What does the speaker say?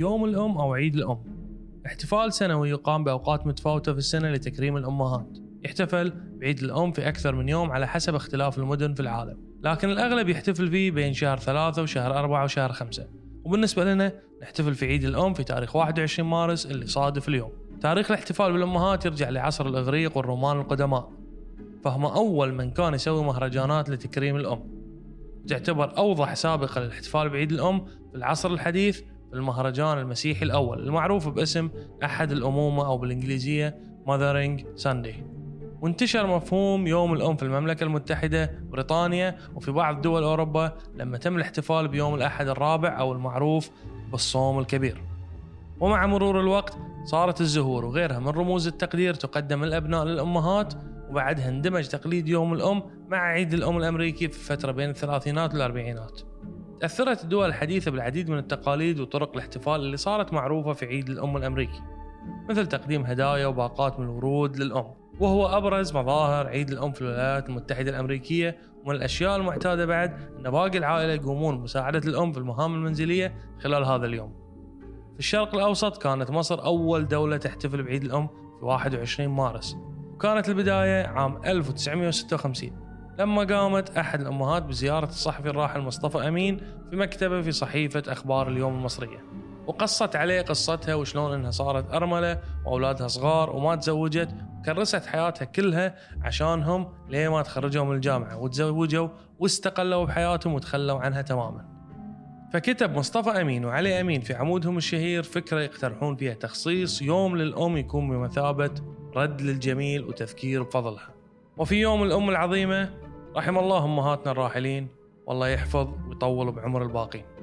يوم الأم أو عيد الأم احتفال سنوي يقام بأوقات متفاوتة في السنة لتكريم الأمهات. يحتفل بعيد الأم في أكثر من يوم على حسب اختلاف المدن في العالم، لكن الأغلب يحتفل فيه بين شهر 3 وشهر 4 وشهر 5. وبالنسبة لنا نحتفل في عيد الأم في تاريخ 21 مارس اللي صادف اليوم. تاريخ الاحتفال بالأمهات يرجع لعصر الإغريق والرومان القدماء، فهم أول من كان يسوي مهرجانات لتكريم الأم. تعتبر أوضح سابقة للاحتفال بعيد الأم في العصر الحديث في المهرجان المسيحي الأول المعروف باسم أحد الأمومة أو بالإنجليزية Mothering Sunday. وانتشر مفهوم يوم الأم في المملكة المتحدة، بريطانيا، وفي بعض دول أوروبا لما تم الاحتفال بيوم الأحد الرابع أو المعروف بالصوم الكبير. ومع مرور الوقت صارت الزهور وغيرها من رموز التقدير تقدم الأبناء للأمهات، وبعدها اندمج تقليد يوم الأم مع عيد الأم الأمريكي في فترة بين الثلاثينات والأربعينات. تأثرت الدول الحديثة بالعديد من التقاليد وطرق الاحتفال اللي صارت معروفة في عيد الأم الأمريكي، مثل تقديم هدايا وباقات من الورود للأم، وهو أبرز مظاهر عيد الأم في الولايات المتحدة الأمريكية. ومن الأشياء المعتادة بعد أن باقي العائلة يقومون بمساعدة الأم في المهام المنزلية خلال هذا اليوم. في الشرق الأوسط كانت مصر أول دولة تحتفل بعيد الأم في 21 مارس، وكانت البداية عام 1956 لما قامت أحد الأمهات بزيارة الصحفي الراحل مصطفى أمين في مكتبه في صحيفة أخبار اليوم المصرية، وقصت عليه قصتها وشلون أنها صارت أرملة وأولادها صغار وما تزوجت، وكرست حياتها كلها عشانهم ليه ما تخرجوا من الجامعة وتزوجوا واستقلوا بحياتهم وتخلوا عنها تماما. فكتب مصطفى أمين وعلي أمين في عمودهم الشهير فكرة يقترحون فيها تخصيص يوم للأم يكون بمثابة رد للجميل وتذكير بفضلها. وفي يوم الأم العظيمة رحم الله أمهاتنا الراحلين، والله يحفظ ويطول بعمر الباقين.